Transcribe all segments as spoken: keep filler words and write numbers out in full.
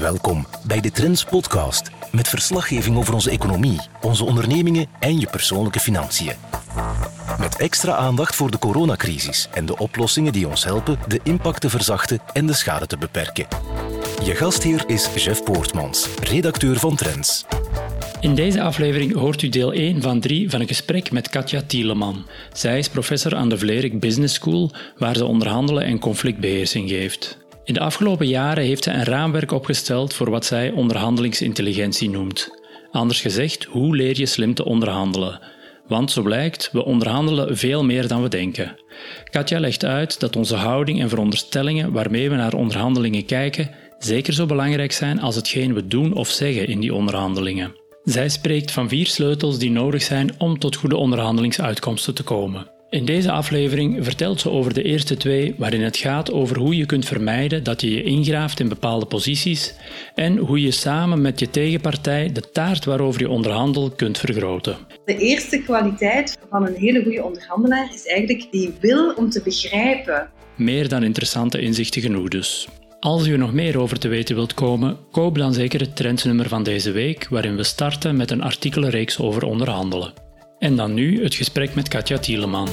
Welkom bij de Trends Podcast met verslaggeving over onze economie, onze ondernemingen en je persoonlijke financiën. Met extra aandacht voor de coronacrisis en de oplossingen die ons helpen de impact te verzachten en de schade te beperken. Je gastheer is Jeff Poortmans, redacteur van Trends. In deze aflevering hoort u deel één van drie van een gesprek met Katja Thieleman. Zij is professor aan de Vlerick Business School, waar ze onderhandelen en conflictbeheersing geeft. In de afgelopen jaren heeft zij een raamwerk opgesteld voor wat zij onderhandelingsintelligentie noemt. Anders gezegd, hoe leer je slim te onderhandelen? Want zo blijkt, we onderhandelen veel meer dan we denken. Katja legt uit dat onze houding en veronderstellingen waarmee we naar onderhandelingen kijken zeker zo belangrijk zijn als hetgeen we doen of zeggen in die onderhandelingen. Zij spreekt van vier sleutels die nodig zijn om tot goede onderhandelingsuitkomsten te komen. In deze aflevering vertelt ze over de eerste twee, waarin het gaat over hoe je kunt vermijden dat je je ingraaft in bepaalde posities en hoe je samen met je tegenpartij de taart waarover je onderhandelt kunt vergroten. De eerste kwaliteit van een hele goede onderhandelaar is eigenlijk die wil om te begrijpen. Meer dan interessante inzichten genoeg dus. Als u er nog meer over te weten wilt komen, koop dan zeker het trendsnummer van deze week, waarin we starten met een artikelenreeks over onderhandelen. En dan nu het gesprek met Katja Thieleman.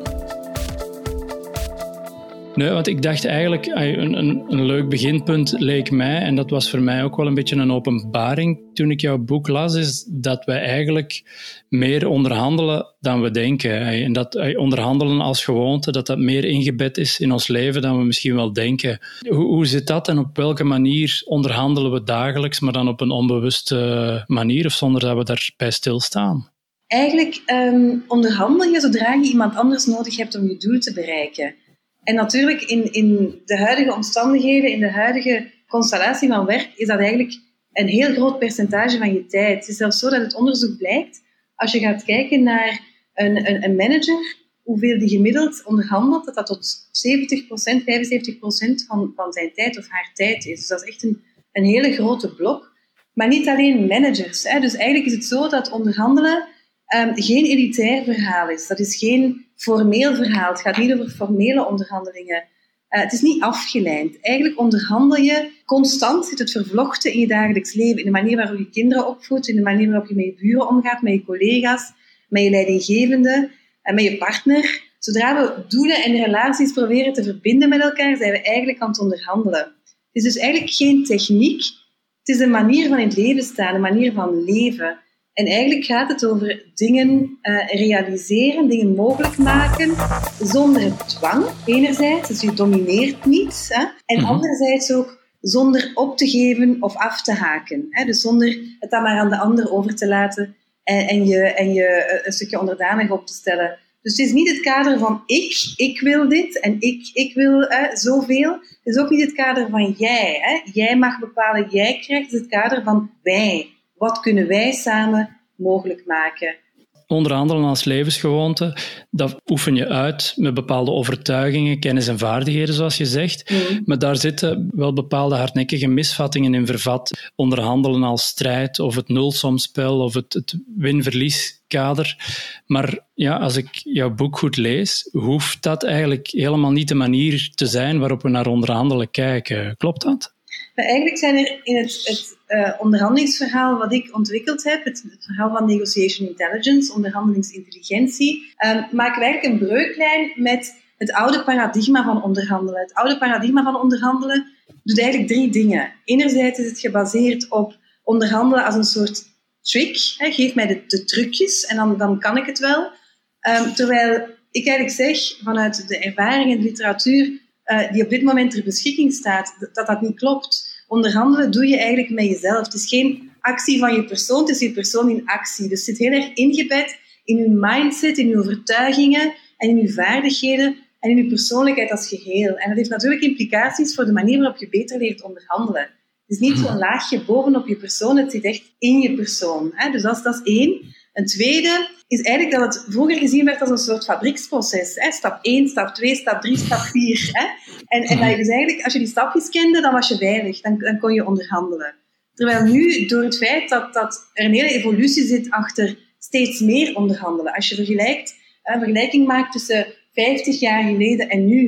Nee, want ik dacht eigenlijk, een, een, een leuk beginpunt leek mij, en dat was voor mij ook wel een beetje een openbaring toen ik jouw boek las, is dat wij eigenlijk meer onderhandelen dan we denken. En dat onderhandelen als gewoonte, dat dat meer ingebed is in ons leven dan we misschien wel denken. Hoe, hoe zit dat en op welke manier onderhandelen we dagelijks, maar dan op een onbewuste manier of zonder dat we daarbij stilstaan? Eigenlijk um, onderhandel je zodra je iemand anders nodig hebt om je doel te bereiken. En natuurlijk in, in de huidige omstandigheden, in de huidige constellatie van werk, is dat eigenlijk een heel groot percentage van je tijd. Het is zelfs zo dat het onderzoek blijkt, als je gaat kijken naar een, een, een manager, hoeveel die gemiddeld onderhandelt, dat dat tot zeventig procent, vijfenzeventig procent van, van zijn tijd of haar tijd is. Dus dat is echt een, een hele grote blok. Maar niet alleen managers. Hè. Dus eigenlijk is het zo dat onderhandelen Um, geen elitair verhaal is. Dat is geen formeel verhaal. Het gaat niet over formele onderhandelingen. Uh, het is niet afgeleid. Eigenlijk onderhandel je constant, zit het vervlochten in je dagelijks leven, in de manier waarop je kinderen opvoedt, in de manier waarop je met je buren omgaat, met je collega's, met je leidinggevende en met je partner. Zodra we doelen en relaties proberen te verbinden met elkaar, zijn we eigenlijk aan het onderhandelen. Het is dus eigenlijk geen techniek. Het is een manier van in het leven staan, een manier van leven. En eigenlijk gaat het over dingen uh, realiseren, dingen mogelijk maken, zonder dwang, enerzijds, dus je domineert niet, hè, en mm-hmm. anderzijds ook zonder op te geven of af te haken. Hè, dus zonder het dan maar aan de ander over te laten en, en, je, en je een stukje onderdanig op te stellen. Dus het is niet het kader van ik, ik wil dit en ik, ik wil uh, zoveel. Het is ook niet het kader van jij. Hè. Jij mag bepalen, jij krijgt. Het is het kader van wij. Wat kunnen wij samen mogelijk maken? Onderhandelen als levensgewoonte, dat oefen je uit met bepaalde overtuigingen, kennis en vaardigheden, zoals je zegt. Mm. Maar daar zitten wel bepaalde hardnekkige misvattingen in vervat. Onderhandelen als strijd, of het nulsomspel, of het, het win-verlieskader. Maar ja, als ik jouw boek goed lees, hoeft dat eigenlijk helemaal niet de manier te zijn waarop we naar onderhandelen kijken. Klopt dat? Maar eigenlijk zijn er in het, het uh, onderhandelingsverhaal wat ik ontwikkeld heb, het, het verhaal van negotiation intelligence, onderhandelingsintelligentie, um, maken we eigenlijk een breuklijn met het oude paradigma van onderhandelen. Het oude paradigma van onderhandelen doet eigenlijk drie dingen. Enerzijds is het gebaseerd op onderhandelen als een soort trick. Hè, geef mij de, de trucjes en dan, dan kan ik het wel. Um, terwijl ik eigenlijk zeg, vanuit de ervaring en de literatuur Uh, die op dit moment ter beschikking staat, dat dat niet klopt. Onderhandelen doe je eigenlijk met jezelf. Het is geen actie van je persoon, het is je persoon in actie. Dus het zit heel erg ingebed in je mindset, in je overtuigingen en in je vaardigheden en in je persoonlijkheid als geheel. En dat heeft natuurlijk implicaties voor de manier waarop je beter leert onderhandelen. Het is niet zo'n laagje bovenop je persoon, het zit echt in je persoon. Hè? Dus dat is, dat is één. Een tweede is eigenlijk dat het vroeger gezien werd als een soort fabrieksproces. Hè? Stap één, stap twee, stap drie, stap vier. Hè? En, en dat je dus eigenlijk, als je die stapjes kende, dan was je veilig. Dan, dan kon je onderhandelen. Terwijl nu, door het feit dat, dat er een hele evolutie zit achter steeds meer onderhandelen. Als je vergelijkt, een vergelijking maakt tussen vijftig jaar geleden en nu,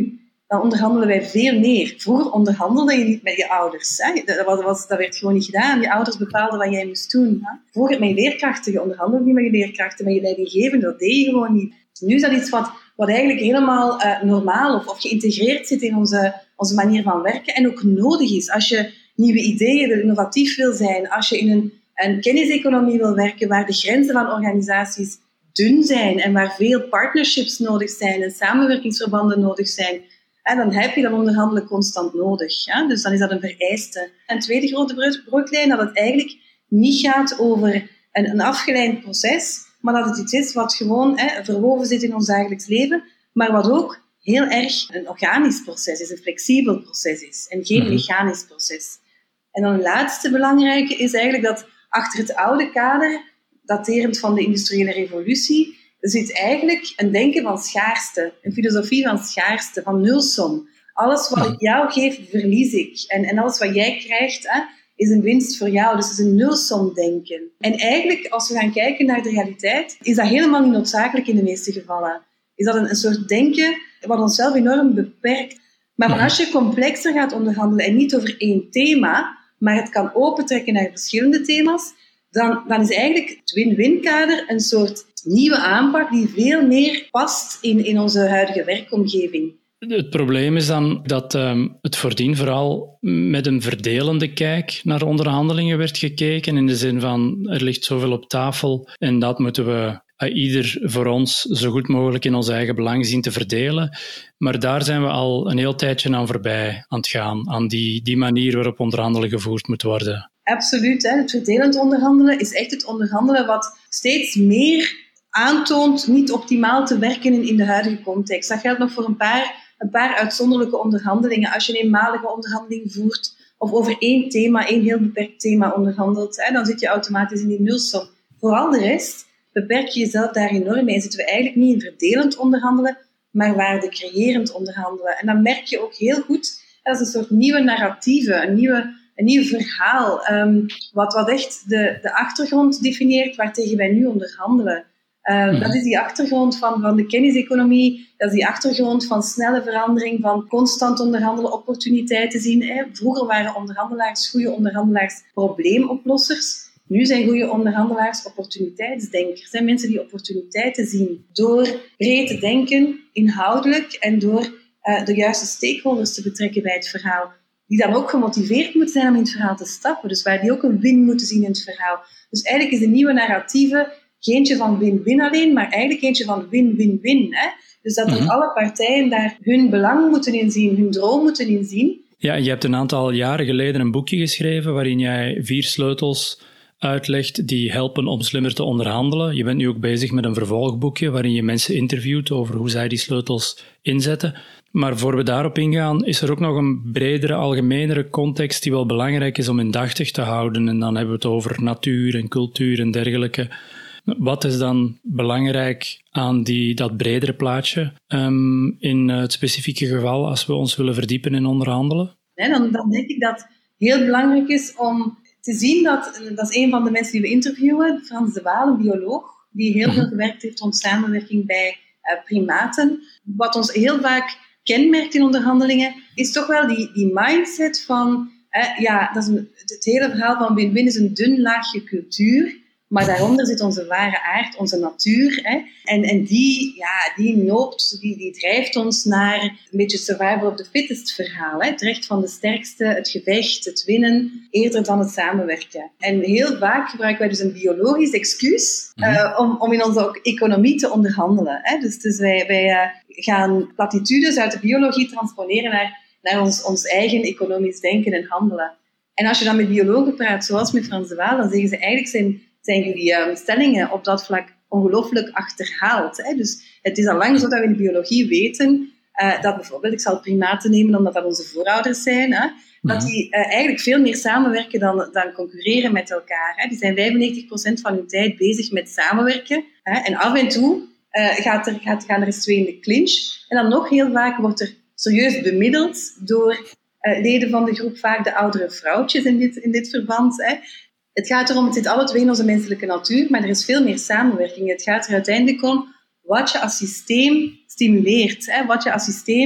dan onderhandelen wij veel meer. Vroeger onderhandelde je niet met je ouders. Hè? Dat, was, was, dat werd gewoon niet gedaan. Je ouders bepaalden wat jij moest doen. Hè? Vroeger met je leerkrachten, je onderhandelde niet met je leerkrachten, met je leidinggevende, dat deed je gewoon niet. Nu is dat iets wat, wat eigenlijk helemaal uh, normaal of, of geïntegreerd zit in onze, onze manier van werken en ook nodig is. Als je nieuwe ideeën wil, innovatief wil zijn, als je in een, een kenniseconomie wil werken waar de grenzen van organisaties dun zijn en waar veel partnerships nodig zijn en samenwerkingsverbanden nodig zijn, en dan heb je dat onderhandelen constant nodig. Ja? Dus dan is dat een vereiste. En tweede grote brooklijn, dat het eigenlijk niet gaat over een, een afgeleid proces, maar dat het iets is wat gewoon hè, verwoven zit in ons dagelijks leven, maar wat ook heel erg een organisch proces is, een flexibel proces is en geen Mm-hmm. mechanisch proces. En dan het laatste belangrijke is eigenlijk dat achter het oude kader, daterend van de industriële revolutie, zit eigenlijk een denken van schaarste, een filosofie van schaarste, van nulsom. Alles wat ik jou geef, verlies ik. En, en alles wat jij krijgt, hè, is een winst voor jou. Dus het is een nulsom denken. En eigenlijk, als we gaan kijken naar de realiteit, is dat helemaal niet noodzakelijk in de meeste gevallen. Is dat een, een soort denken wat onszelf enorm beperkt. Maar van als je complexer gaat onderhandelen en niet over één thema, maar het kan opentrekken naar verschillende thema's, dan, dan is eigenlijk het win-win kader een soort nieuwe aanpak die veel meer past in, in onze huidige werkomgeving. Het probleem is dan dat um, het voordien vooral met een verdelende kijk naar onderhandelingen werd gekeken, in de zin van er ligt zoveel op tafel en dat moeten we uh, ieder voor ons zo goed mogelijk in ons eigen belang zien te verdelen. Maar daar zijn we al een heel tijdje aan voorbij aan het gaan, aan die, die manier waarop onderhandelen gevoerd moet worden. Absoluut. Hè. Het verdelend onderhandelen is echt het onderhandelen wat steeds meer aantoont niet optimaal te werken in, in de huidige context. Dat geldt nog voor een paar, een paar uitzonderlijke onderhandelingen. Als je een eenmalige onderhandeling voert of over één thema, één heel beperkt thema onderhandelt, hè, dan zit je automatisch in die nulsom. Vooral de rest beperk je jezelf daar enorm mee. Zitten we eigenlijk niet in verdelend onderhandelen, maar waardecreërend onderhandelen. En dan merk je ook heel goed, dat is een soort nieuwe narratieve, een nieuwe... Een nieuw verhaal, um, wat, wat echt de, de achtergrond definieert waartegen wij nu onderhandelen. Um, mm. Dat is die achtergrond van, van de kenniseconomie, dat is die achtergrond van snelle verandering, van constant onderhandelen, opportuniteiten zien. Hè. Vroeger waren onderhandelaars, goede onderhandelaars, probleemoplossers. Nu zijn goede onderhandelaars opportuniteitsdenkers. Zijn mensen die opportuniteiten zien door breed te denken, inhoudelijk, en door uh, de juiste stakeholders te betrekken bij het verhaal. Die dan ook gemotiveerd moeten zijn om in het verhaal te stappen. Dus waar die ook een win moeten zien in het verhaal. Dus eigenlijk is de nieuwe narratieve geen eentje van win-win alleen, maar eigenlijk eentje van win-win-win. Hè? Dus dat mm-hmm. alle partijen daar hun belang moeten inzien, hun droom moeten inzien. Ja, je hebt een aantal jaren geleden een boekje geschreven waarin jij vier sleutels uitlegt die helpen om slimmer te onderhandelen. Je bent nu ook bezig met een vervolgboekje waarin je mensen interviewt over hoe zij die sleutels inzetten. Maar voor we daarop ingaan, is er ook nog een bredere, algemenere context die wel belangrijk is om indachtig te houden. En dan hebben we het over natuur en cultuur en dergelijke. Wat is dan belangrijk aan die, dat bredere plaatje um, in het specifieke geval als we ons willen verdiepen in onderhandelen? Nee, dan, dan denk ik dat het heel belangrijk is om te zien dat, dat is een van de mensen die we interviewen, Frans de Waal, een bioloog, die heel veel gewerkt heeft rond samenwerking bij uh, primaten. Wat ons heel vaak kenmerkt in onderhandelingen, is toch wel die, die mindset van, eh, ja, dat is een, het hele verhaal van win-win is een dun laagje cultuur, maar daaronder zit onze ware aard, onze natuur. Hè, en, en die, ja, die noopt, die, die drijft ons naar een beetje survival of the fittest verhaal. Hè, het recht van de sterkste, het gevecht, het winnen, eerder dan het samenwerken. En heel vaak gebruiken wij dus een biologisch excuus uh, om, om in onze economie te onderhandelen. Hè. Dus, dus wij, wij uh, gaan platitudes uit de biologie transponeren naar, naar ons, ons eigen economisch denken en handelen. En als je dan met biologen praat, zoals met Frans de Waal, dan zeggen ze eigenlijk zijn zijn jullie um, stellingen op dat vlak ongelooflijk achterhaald. Hè? Dus het is al lang zo dat we in de biologie weten uh, dat bijvoorbeeld, ik zal primaten nemen omdat dat onze voorouders zijn, hè? Dat die uh, eigenlijk veel meer samenwerken dan, dan concurreren met elkaar. Hè? Die zijn vijfennegentig procent van hun tijd bezig met samenwerken. Hè? En af en toe uh, gaat er, gaat, gaan er eens twee in de clinch. En dan nog heel vaak wordt er serieus bemiddeld door uh, leden van de groep, vaak de oudere vrouwtjes in dit, in dit verband. Hè? Het gaat erom, het zit alle twee in onze menselijke natuur, maar er is veel meer samenwerking. Het gaat er uiteindelijk om wat je als systeem stimuleert, hè, wat je als systeem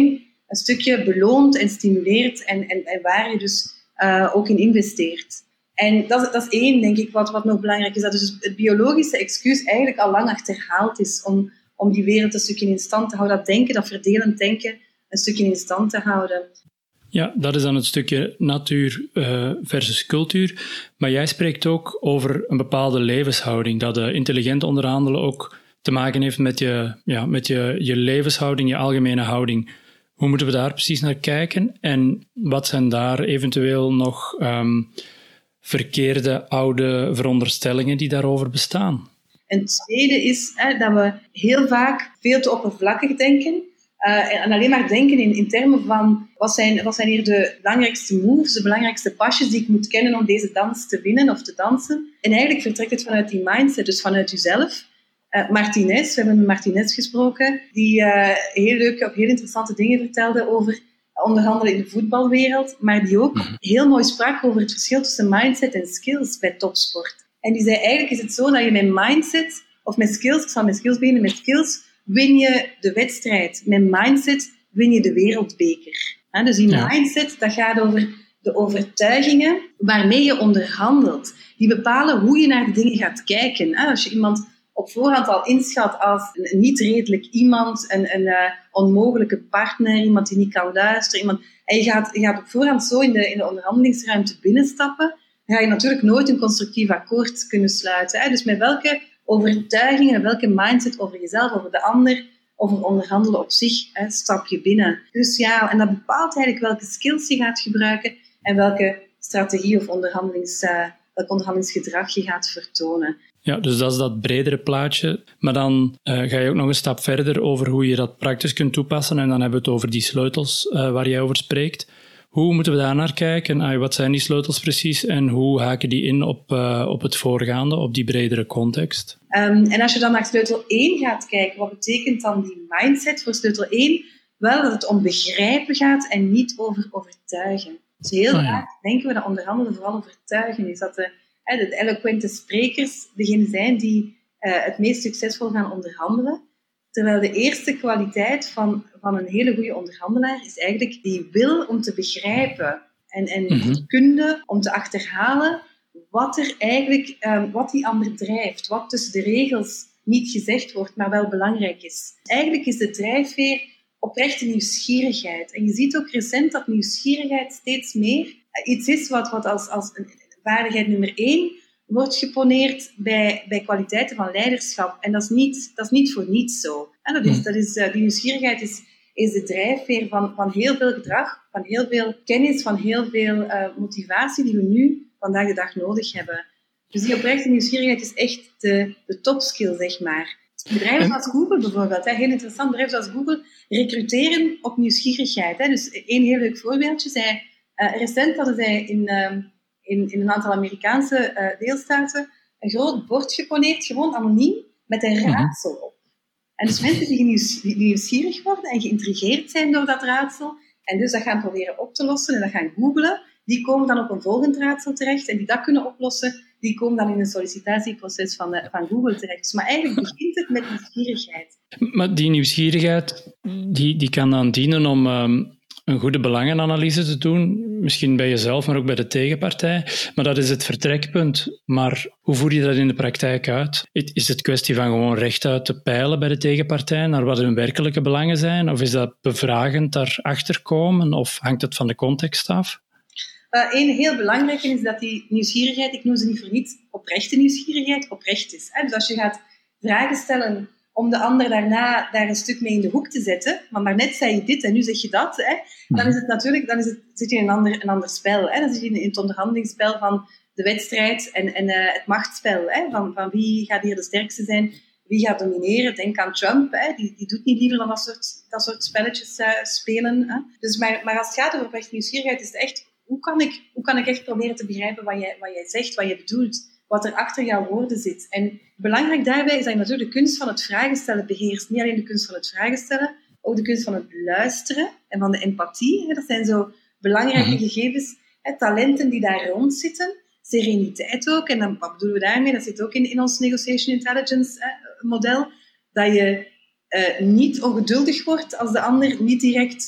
een stukje beloont en stimuleert en, en, en waar je dus uh, ook in investeert. En dat, dat is één, denk ik, wat, wat nog belangrijk is. Dat dus het biologische excuus eigenlijk al lang achterhaald is om, om die wereld een stukje in stand te houden. Dat denken, dat verdelend denken, een stukje in stand te houden. Ja, dat is dan het stukje natuur uh, versus cultuur. Maar jij spreekt ook over een bepaalde levenshouding. Dat uh, intelligent onderhandelen ook te maken heeft met, je, ja, met je, je levenshouding, je algemene houding. Hoe moeten we daar precies naar kijken? En wat zijn daar eventueel nog um, verkeerde, oude veronderstellingen die daarover bestaan? En het tweede is hè, dat we heel vaak veel te oppervlakkig denken. Uh, en alleen maar denken in, in termen van wat zijn, wat zijn hier de belangrijkste moves, de belangrijkste pasjes die ik moet kennen om deze dans te winnen of te dansen. En eigenlijk vertrekt het vanuit die mindset, dus vanuit jezelf. Uh, Martinez, we hebben met Martinez gesproken, die uh, heel leuke of heel interessante dingen vertelde over onderhandelen in de voetbalwereld, maar die ook heel mooi sprak over het verschil tussen mindset en skills bij topsport. En die zei, eigenlijk is het zo dat je met mindset, of met skills, ik zal met skills beginnen, met skills win je de wedstrijd. Met mindset win je de wereldbeker. He, dus die ja. mindset, dat gaat over de overtuigingen waarmee je onderhandelt. Die bepalen hoe je naar de dingen gaat kijken. He, als je iemand op voorhand al inschat als een niet redelijk iemand, een, een uh, onmogelijke partner, iemand die niet kan luisteren, iemand, en je gaat, je gaat op voorhand zo in de, in de onderhandelingsruimte binnenstappen, dan ga je natuurlijk nooit een constructief akkoord kunnen sluiten. Hè. Dus met welke overtuigingen, welke mindset over jezelf, over de ander, over onderhandelen op zich, hè, stap je binnen. Dus ja, en dat bepaalt eigenlijk welke skills je gaat gebruiken en welke strategie of onderhandelings, uh, welk onderhandelingsgedrag je gaat vertonen. Ja, dus dat is dat bredere plaatje. Maar dan uh, ga je ook nog een stap verder over hoe je dat praktisch kunt toepassen. En dan hebben we het over die sleutels uh, waar jij over spreekt. Hoe moeten we daar naar kijken? Uh, wat zijn die sleutels precies? En hoe haken die in op, uh, op het voorgaande, op die bredere context? Um, en als je dan naar sleutel één gaat kijken, wat betekent dan die mindset voor sleutel één? Wel dat het om begrijpen gaat en niet over overtuigen. Dus heel oh, ja. vaak denken we dat onderhandelen vooral overtuigen is. Dat de de eloquente sprekers degene zijn die uh, het meest succesvol gaan onderhandelen. Terwijl de eerste kwaliteit van, van een hele goede onderhandelaar is eigenlijk die wil om te begrijpen en, en mm-hmm. de kunde om te achterhalen wat er eigenlijk, um, wat die ander drijft, wat tussen de regels niet gezegd wordt, maar wel belangrijk is. Eigenlijk is de drijfveer oprechte nieuwsgierigheid. En je ziet ook recent dat nieuwsgierigheid steeds meer uh, iets is wat, wat als, als een vaardigheid nummer één wordt geponeerd bij, bij kwaliteiten van leiderschap. En dat is niet, dat is niet voor niets zo. En dat is, dat is, uh, die nieuwsgierigheid is, is de drijfveer van, van heel veel gedrag, van heel veel kennis, van heel veel uh, motivatie die we nu vandaag de dag nodig hebben. Dus die oprechte nieuwsgierigheid is echt de, de topskill, zeg maar. Bedrijven zoals Google bijvoorbeeld, hè, heel interessant, bedrijven zoals Google recruteren op nieuwsgierigheid. Hè. Dus één heel leuk voorbeeldje. Zij, uh, recent hadden zij in... Uh, In, in een aantal Amerikaanse uh, deelstaten een groot bord geponeerd, gewoon anoniem, met een raadsel op. En dus mensen die, nieuws, die nieuwsgierig worden en geïntrigeerd zijn door dat raadsel, en dus dat gaan proberen op te lossen en dat gaan googlen, die komen dan op een volgend raadsel terecht en die dat kunnen oplossen, die komen dan in een sollicitatieproces van, uh, van Google terecht. Dus, maar eigenlijk begint het met nieuwsgierigheid. Maar die nieuwsgierigheid, die, die kan dan dienen om... Um... een goede belangenanalyse te doen, misschien bij jezelf, maar ook bij de tegenpartij. Maar dat is het vertrekpunt. Maar hoe voer je dat in de praktijk uit? Is het kwestie van gewoon rechtuit te peilen bij de tegenpartij naar wat hun werkelijke belangen zijn? Of is dat bevragend daarachter komen? Of hangt het van de context af? Eén uh, heel belangrijke is dat die nieuwsgierigheid, ik noem ze niet voor niets, oprechte nieuwsgierigheid, oprecht is. Hè? Dus als je gaat vragen stellen om de ander daarna daar een stuk mee in de hoek te zetten, maar, maar net zei je dit en nu zeg je dat, hè, dan is het natuurlijk, dan is het, zit je in een ander, een ander spel. Hè. Dan zit je in het onderhandelingsspel van de wedstrijd en, en uh, het machtsspel. Hè, van, van wie gaat hier de sterkste zijn, wie gaat domineren. Denk aan Trump, hè, die, die doet niet liever dan dat soort, dat soort spelletjes uh, spelen. Hè. Dus, maar, maar als het gaat over oprechte nieuwsgierigheid, is het echt, hoe kan ik, hoe kan ik echt proberen te begrijpen wat jij, wat jij zegt, wat je bedoelt, wat er achter jouw woorden zit. En belangrijk daarbij is dat je natuurlijk de kunst van het vragen stellen beheerst. Niet alleen de kunst van het vragen stellen, ook de kunst van het luisteren en van de empathie. Dat zijn zo belangrijke gegevens, talenten die daar rond zitten. Sereniteit ook. En dan, wat bedoelen we daarmee? Dat zit ook in, in ons Negotiation Intelligence model. Dat je uh, niet ongeduldig wordt als de ander niet direct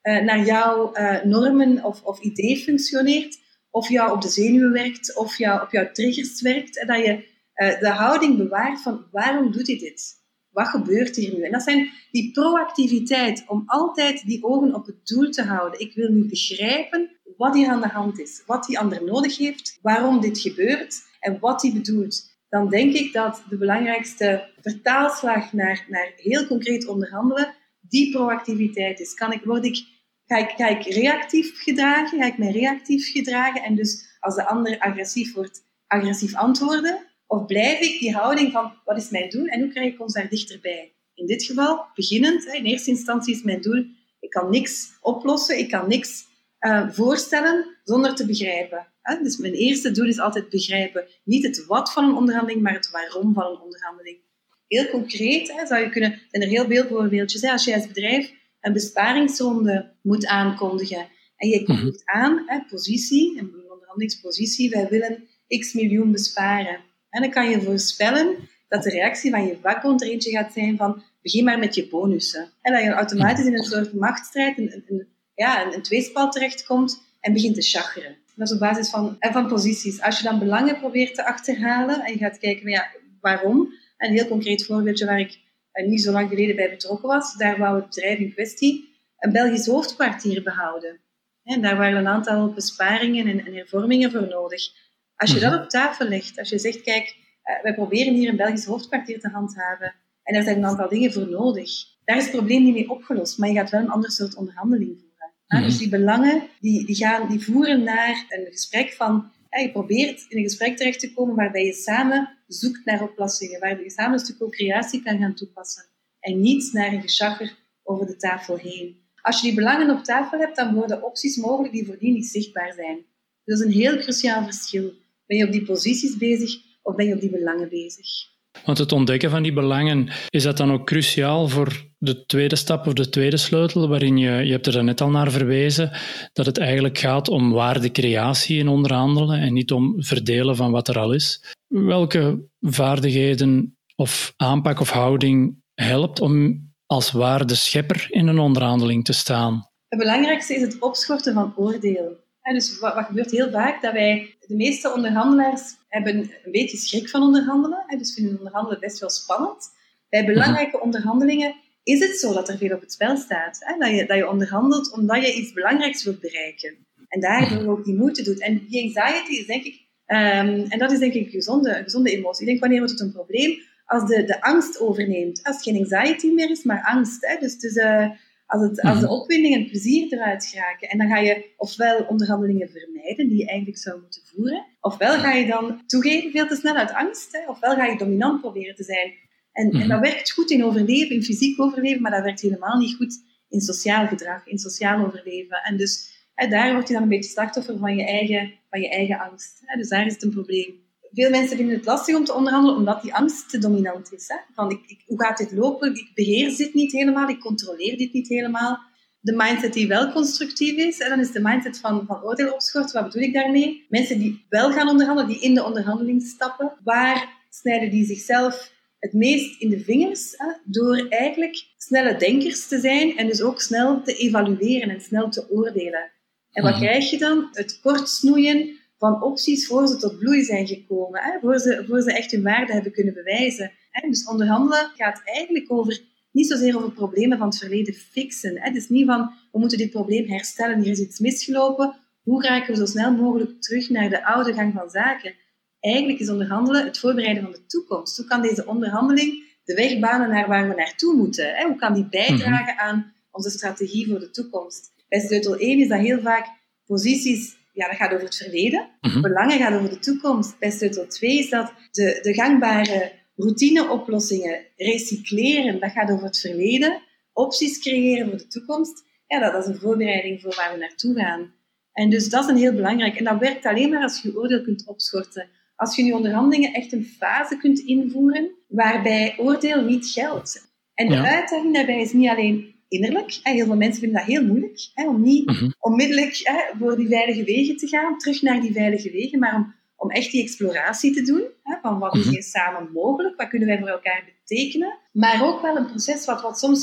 uh, naar jouw uh, normen of, of idee functioneert, of jou op de zenuwen werkt, of jou op jouw triggers werkt. En dat je uh, de houding bewaart van waarom doet hij dit? Wat gebeurt hier nu? En dat zijn die proactiviteit, om altijd die ogen op het doel te houden. Ik wil nu begrijpen wat hier aan de hand is, wat die ander nodig heeft, waarom dit gebeurt en wat hij bedoelt. Dan denk ik dat de belangrijkste vertaalslag naar, naar heel concreet onderhandelen, die proactiviteit is. Kan ik, word ik, ga, ik, ga ik reactief gedragen? Ga ik mij reactief gedragen? En dus als de ander agressief wordt, agressief antwoorden? Of blijf ik die houding van, wat is mijn doel en hoe krijg ik ons daar dichterbij? In dit geval, beginnend, in eerste instantie is mijn doel, ik kan niks oplossen, ik kan niks uh, voorstellen zonder te begrijpen. Dus mijn eerste doel is altijd begrijpen. Niet het wat van een onderhandeling, maar het waarom van een onderhandeling. Heel concreet hè, zou je kunnen, zijn er heel veel voorbeeldjes. Hè, als je als bedrijf een besparingsronde moet aankondigen en je komt mm-hmm. aan, hè, positie, een onderhandelingspositie, wij willen x miljoen besparen. En dan kan je voorspellen dat de reactie van je vakbond er eentje gaat zijn van begin maar met je bonussen. En dat je automatisch in een soort machtsstrijd, een, een, ja, een, een tweespalt terechtkomt en begint te chageren. Dat is op basis van, en van posities. Als je dan belangen probeert te achterhalen en je gaat kijken van, ja, waarom. Een heel concreet voorbeeldje waar ik uh, niet zo lang geleden bij betrokken was. Daar wou het bedrijf in kwestie een Belgisch hoofdkwartier behouden. En daar waren een aantal besparingen en, en hervormingen voor nodig. Als je dat op tafel legt, als je zegt, kijk, uh, wij proberen hier een Belgisch hoofdkwartier te handhaven en er zijn een aantal dingen voor nodig. Daar is het probleem niet mee opgelost, maar je gaat wel een ander soort onderhandeling voeren. Ja, dus die belangen die, die, gaan, die voeren naar een gesprek van... Ja, je probeert in een gesprek terecht te komen waarbij je samen zoekt naar oplossingen. Waarbij je samen een stuk co-creatie kan gaan toepassen. En niet naar een geschagger over de tafel heen. Als je die belangen op tafel hebt, dan worden opties mogelijk die voordien niet zichtbaar zijn. Dat is een heel cruciaal verschil. Ben je op die posities bezig of ben je op die belangen bezig? Want het ontdekken van die belangen, is dat dan ook cruciaal voor de tweede stap of de tweede sleutel, waarin je, je hebt er daarnet al naar verwezen, dat het eigenlijk gaat om waardecreatie in onderhandelen en niet om verdelen van wat er al is. Welke vaardigheden of aanpak of houding helpt om als waardeschepper in een onderhandeling te staan? Het belangrijkste is het opschorten van oordeel. En dus wat, wat gebeurt heel vaak, dat wij, de meeste onderhandelaars hebben een beetje schrik van onderhandelen, hè, dus vinden onderhandelen best wel spannend. Bij belangrijke onderhandelingen is het zo dat er veel op het spel staat. Hè, dat, je, dat je onderhandelt omdat je iets belangrijks wilt bereiken. En daardoor ook die moeite doet. En die anxiety is denk ik, um, en dat is denk ik een gezonde, een gezonde emotie. Ik denk, wanneer wordt het een probleem? Als de, de angst overneemt. Als het geen anxiety meer is, maar angst. Hè, dus, dus uh, Als, het, als de opwinding en het plezier eruit geraken. En dan ga je ofwel onderhandelingen vermijden, die je eigenlijk zou moeten voeren, ofwel ga je dan toegeven veel te snel uit angst, hè, ofwel ga je dominant proberen te zijn. En, mm-hmm. en dat werkt goed in overleven, in fysiek overleven, maar dat werkt helemaal niet goed in sociaal gedrag, in sociaal overleven. En dus hè, daar word je dan een beetje slachtoffer van je eigen, van je eigen angst. Hè. Dus daar is het een probleem. Veel mensen vinden het lastig om te onderhandelen, omdat die angst te dominant is. Hè? Van, ik, ik, hoe gaat dit lopen? Ik beheers dit niet helemaal, ik controleer dit niet helemaal. De mindset die wel constructief is, en dan is de mindset van, van oordeel opschorten. Wat bedoel ik daarmee? Mensen die wel gaan onderhandelen, die in de onderhandeling stappen, waar snijden die zichzelf het meest in de vingers? Hè? Door eigenlijk snelle denkers te zijn en dus ook snel te evalueren en snel te oordelen. En wat krijg je dan? Het kort snoeien van opties voor ze tot bloei zijn gekomen, hè? Voor, ze, voor ze echt hun waarde hebben kunnen bewijzen. Hè? Dus onderhandelen gaat eigenlijk over, niet zozeer over problemen van het verleden fixen. Hè? Dus niet van, we moeten dit probleem herstellen, hier is iets misgelopen, hoe raken we zo snel mogelijk terug naar de oude gang van zaken? Eigenlijk is onderhandelen het voorbereiden van de toekomst. Hoe kan deze onderhandeling de weg banen naar waar we naartoe moeten? Hè? Hoe kan die bijdragen aan onze strategie voor de toekomst? Bij sleutel één is dat heel vaak posities. Ja, dat gaat over het verleden. Mm-hmm. Belangen gaat over de toekomst. Bij sleutel twee is dat de, de gangbare routineoplossingen recycleren. Dat gaat over het verleden. Opties creëren voor de toekomst. Ja, dat, dat is een voorbereiding voor waar we naartoe gaan. En dus dat is een heel belangrijk. En dat werkt alleen maar als je je oordeel kunt opschorten. Als je in je onderhandelingen echt een fase kunt invoeren waarbij oordeel niet geldt. En de ja. uitdaging daarbij is niet alleen innerlijk. Heel veel mensen vinden dat heel moeilijk, hè, om niet mm-hmm. onmiddellijk hè, voor die veilige wegen te gaan, terug naar die veilige wegen, maar om, om echt die exploratie te doen, hè, van wat mm-hmm. is hier samen mogelijk, wat kunnen wij voor elkaar betekenen, maar ook wel een proces wat, wat soms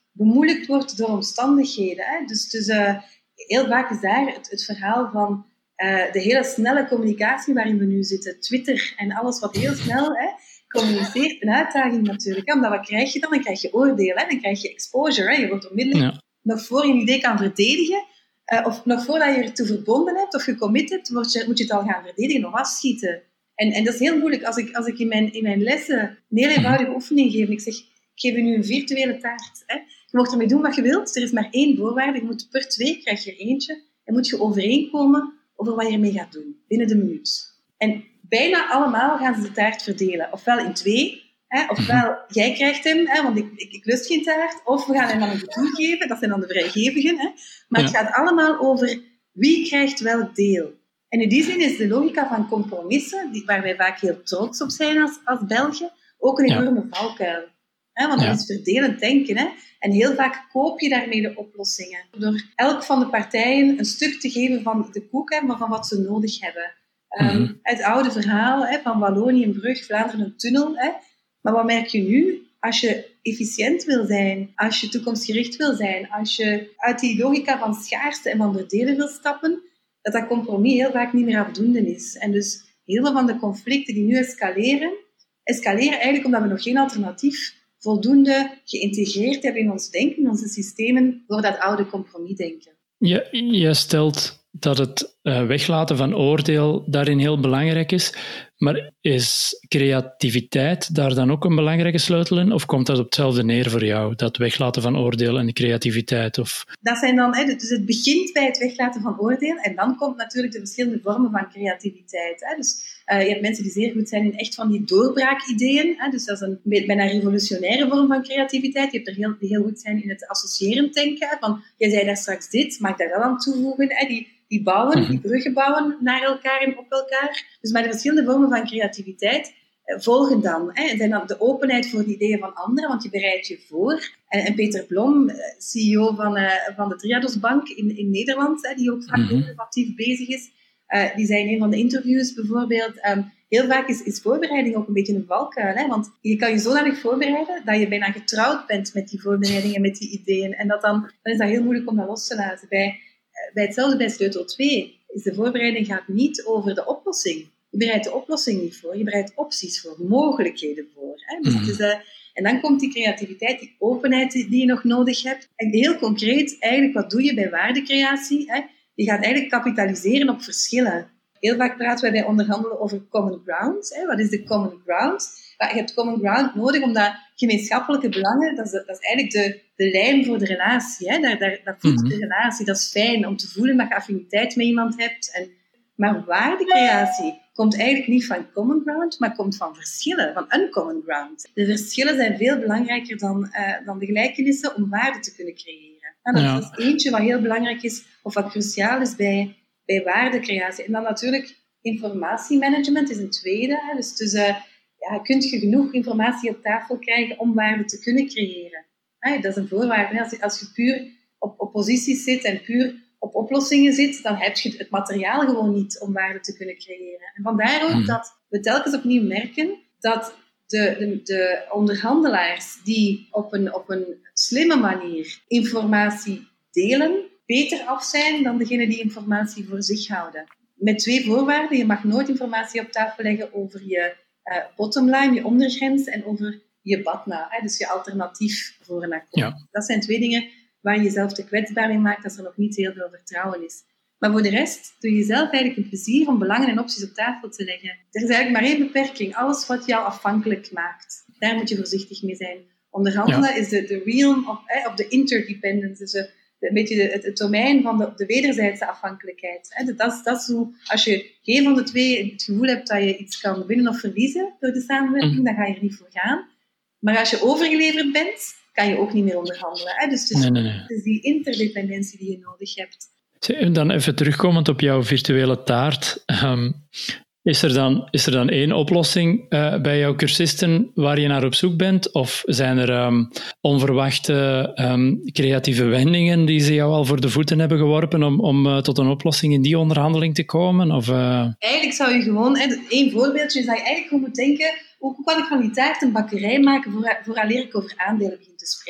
bemoeilijkt wordt door omstandigheden. Hè? Dus, dus uh, heel vaak is daar het, het verhaal van uh, de hele snelle communicatie waarin we nu zitten. Twitter en alles wat heel snel hè, communiceert. Een uitdaging natuurlijk. Hè? Omdat wat krijg je dan? Dan krijg je oordeel. Hè? Dan krijg je exposure. Hè? Je wordt onmiddellijk, ja. nog voor je een idee kan verdedigen, uh, of nog voordat je ertoe verbonden hebt of gecommit hebt, moet je, moet je het al gaan verdedigen of afschieten. En, en dat is heel moeilijk. Als ik, als ik in, mijn, in mijn lessen een heel eenvoudige oefening geef, ik zeg, ik geef je nu een virtuele taart. Hè? Je mag ermee doen wat je wilt. Er is maar één voorwaarde. Je moet per twee, krijg je er eentje, en moet je overeenkomen over wat je ermee gaat doen, binnen de minuut. En bijna allemaal gaan ze de taart verdelen. Ofwel in twee, hè? Ofwel jij krijgt hem, hè? Want ik, ik, ik lust geen taart, of we gaan hem dan een gedoe geven, dat zijn dan de vrijgevigen. Hè? Maar ja. Het gaat allemaal over wie krijgt welk deel. En in die zin is de logica van compromissen, die, waar wij vaak heel trots op zijn als, als Belgen, ook een enorme ja. valkuil. Hè? Want dat ja. is verdelend denken. Hè? En heel vaak koop je daarmee de oplossingen. Door elk van de partijen een stuk te geven van de koek, hè, maar van wat ze nodig hebben. Um, mm-hmm. Het oude verhaal hè, van Wallonië een brug, Vlaanderen een tunnel. Hè. Maar wat merk je nu? Als je efficiënt wil zijn, als je toekomstgericht wil zijn, als je uit die logica van schaarste en van verdelen wil stappen, dat dat compromis heel vaak niet meer afdoende is. En dus heel veel van de conflicten die nu escaleren, escaleren eigenlijk omdat we nog geen alternatief voldoende geïntegreerd hebben in ons denken, in onze systemen, voor dat oude compromisdenken. Je, je stelt dat het uh, weglaten van oordeel daarin heel belangrijk is, maar is creativiteit daar dan ook een belangrijke sleutel in? Of komt dat op hetzelfde neer voor jou, dat weglaten van oordeel en de creativiteit? Of... Dat zijn dan, hè, dus het begint bij het weglaten van oordeel en dan komt natuurlijk de verschillende vormen van creativiteit. Hè. Dus uh, je hebt mensen die zeer goed zijn in echt van die doorbraakideeën. Hè, dus dat is een bijna revolutionaire vorm van creativiteit. Je hebt er heel, die heel goed zijn in het associërend denken. Hè, van, jij zei daar straks dit, mag ik daar wel aan toevoegen? Hè, die, Die bouwen, mm-hmm. die bruggen bouwen naar elkaar en op elkaar. Dus maar de verschillende vormen van creativiteit eh, volgen dan. Hè. En zijn dan de openheid voor de ideeën van anderen, want je bereidt je voor. En, en Peter Blom, C E O van, uh, van de Triados Bank in, in Nederland, hè, die ook vaak mm-hmm. innovatief bezig is, uh, die zei in een van de interviews bijvoorbeeld, um, heel vaak is, is voorbereiding ook een beetje een valkuil. Hè, want je kan je zodanig voorbereiden dat je bijna getrouwd bent met die voorbereiding en met die ideeën. En dat dan, dan is dat heel moeilijk om dat los te laten. Bij Bij hetzelfde bij sleutel twee is de voorbereiding gaat niet over de oplossing. Je bereidt de oplossing niet voor, je bereidt opties voor, mogelijkheden voor. Hè? Dus mm-hmm. het is, uh, en dan komt die creativiteit, die openheid die je nog nodig hebt. En heel concreet, eigenlijk, wat doe je bij waardecreatie? Hè? Je gaat eigenlijk kapitaliseren op verschillen. Heel vaak praten wij bij onderhandelen over common ground. Hè? Wat is de common ground? Je hebt common ground nodig, omdat gemeenschappelijke belangen, dat is, dat is eigenlijk de, de lijm voor de relatie. Hè? Daar, daar, dat voedt mm-hmm. de relatie. Dat is fijn om te voelen dat je affiniteit met iemand hebt. En, maar waardecreatie komt eigenlijk niet van common ground, maar komt van verschillen, van uncommon ground. De verschillen zijn veel belangrijker dan, uh, dan de gelijkenissen om waarde te kunnen creëren. En dat ja. is eentje wat heel belangrijk is, of wat cruciaal is bij, bij waardecreatie. En dan natuurlijk informatiemanagement is een tweede. Hè? Dus tussen... Ja, kun je genoeg informatie op tafel krijgen om waarde te kunnen creëren. Ah, dat is een voorwaarde. Als je, als je puur op, op posities zit en puur op oplossingen zit, dan heb je het materiaal gewoon niet om waarde te kunnen creëren. En vandaar ook dat we telkens opnieuw merken dat de, de, de onderhandelaars die op een, op een slimme manier informatie delen, beter af zijn dan degenen die informatie voor zich houden. Met twee voorwaarden. Je mag nooit informatie op tafel leggen over je Uh, bottomline, je ondergrens, en over je badna, hè, dus je alternatief voor een akkoord. Ja. Dat zijn twee dingen waar je jezelf te kwetsbaar mee maakt als er nog niet heel veel vertrouwen is. Maar voor de rest doe je jezelf eigenlijk een plezier om belangen en opties op tafel te leggen. Er is eigenlijk maar één beperking. Alles wat jou afhankelijk maakt, daar moet je voorzichtig mee zijn. Onderhandelen ja. is de, de realm of, eh, of de interdependence, dus de, een beetje de, het, het domein van de, de wederzijdse afhankelijkheid. Hè. Dat, is, dat is hoe, als je geen van de twee het gevoel hebt dat je iets kan winnen of verliezen door de samenwerking, mm. dan ga je er niet voor gaan. Maar als je overgeleverd bent, kan je ook niet meer onderhandelen. Hè. Dus het is, nee, nee, nee. het is die interdependentie die je nodig hebt. Dan even terugkomend op jouw virtuele taart. Um, Is er dan, is er dan één oplossing uh, bij jouw cursisten waar je naar op zoek bent? Of zijn er um, onverwachte um, creatieve wendingen die ze jou al voor de voeten hebben geworpen om, om uh, tot een oplossing in die onderhandeling te komen? Of, uh... Eigenlijk zou je gewoon, één voorbeeldje is dat je eigenlijk gewoon moet denken, hoe kan ik van die taart een bakkerij maken voor, vooraleer ik over aandelen begin te spreken?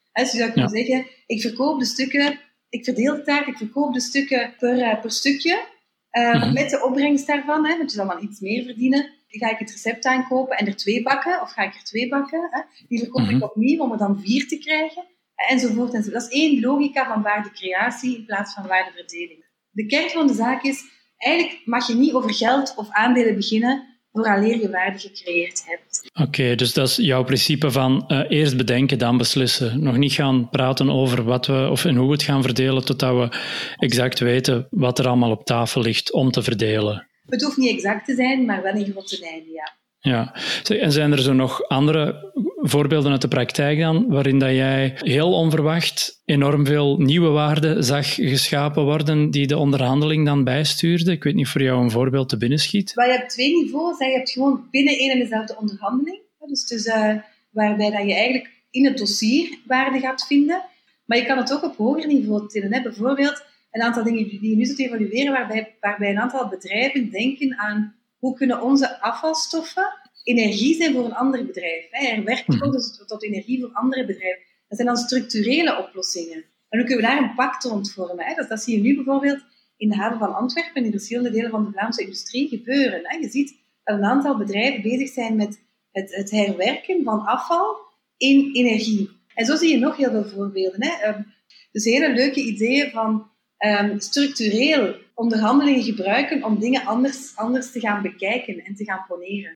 Dus je zou kunnen ja. zeggen, ik verkoop de stukken, ik verdeel de taart, ik verkoop de stukken per, uh, per stukje, uh, mm-hmm. met de opbrengst daarvan, hè, want je zal dan iets meer verdienen. Ga ik het recept aankopen en er twee bakken, of ga ik er twee bakken? Hè? Die verkoop mm-hmm. ik opnieuw om er dan vier te krijgen, enzovoort, enzovoort. Dat is één logica van waardecreatie in plaats van waardeverdeling. De kern van de zaak is, eigenlijk mag je niet over geld of aandelen beginnen vooraleer je waarde gecreëerd hebt. Oké, okay, dus dat is jouw principe van uh, eerst bedenken, dan beslissen. Nog niet gaan praten over wat we of en hoe we het gaan verdelen, totdat we exact weten wat er allemaal op tafel ligt om te verdelen. Het hoeft niet exact te zijn, maar wel in grote lijnen, ja. Ja, en zijn er zo nog andere voorbeelden uit de praktijk dan, waarin dat jij heel onverwacht enorm veel nieuwe waarden zag geschapen worden die de onderhandeling dan bijstuurde? Ik weet niet of voor jou een voorbeeld te binnen schiet. Maar je hebt twee niveaus. Je hebt gewoon binnen één en dezelfde onderhandeling. Dus, dus uh, waarbij dat je eigenlijk in het dossier waarde gaat vinden. Maar je kan het ook op hoger niveau tillen. Hè. Bijvoorbeeld een aantal dingen die je nu zult evalueren, waarbij, waarbij een aantal bedrijven denken aan hoe kunnen onze afvalstoffen energie zijn voor een ander bedrijf. Er werkt gewoon dus tot energie voor andere bedrijven. Dat zijn dan structurele oplossingen. En dan kunnen we daar een pact rond vormen. Dat, dat zie je nu bijvoorbeeld in de haven van Antwerpen en in verschillende delen van de Vlaamse industrie gebeuren. Je ziet dat een aantal bedrijven bezig zijn met het, het herwerken van afval in energie. En zo zie je nog heel veel voorbeelden. Dus hele leuke ideeën van um, structureel onderhandelingen gebruiken om dingen anders, anders te gaan bekijken en te gaan poneren.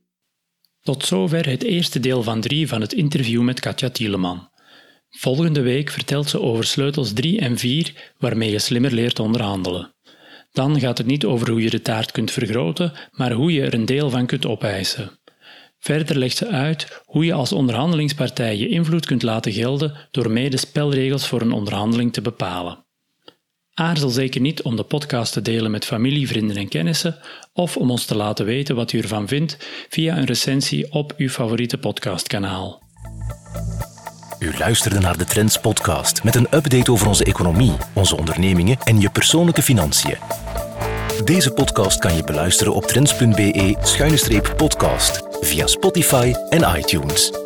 Tot zover het eerste deel van drie van het interview met Katja Tieleman. Volgende week vertelt ze over sleutels drie en vier waarmee je slimmer leert onderhandelen. Dan gaat het niet over hoe je de taart kunt vergroten, maar hoe je er een deel van kunt opeisen. Verder legt ze uit hoe je als onderhandelingspartij je invloed kunt laten gelden door mee de spelregels voor een onderhandeling te bepalen. Aarzel zeker niet om de podcast te delen met familie, vrienden en kennissen of om ons te laten weten wat u ervan vindt via een recensie op uw favoriete podcastkanaal. U luisterde naar de Trends podcast met een update over onze economie, onze ondernemingen en je persoonlijke financiën. Deze podcast kan je beluisteren op trends punt be schuine streep podcast via Spotify en iTunes.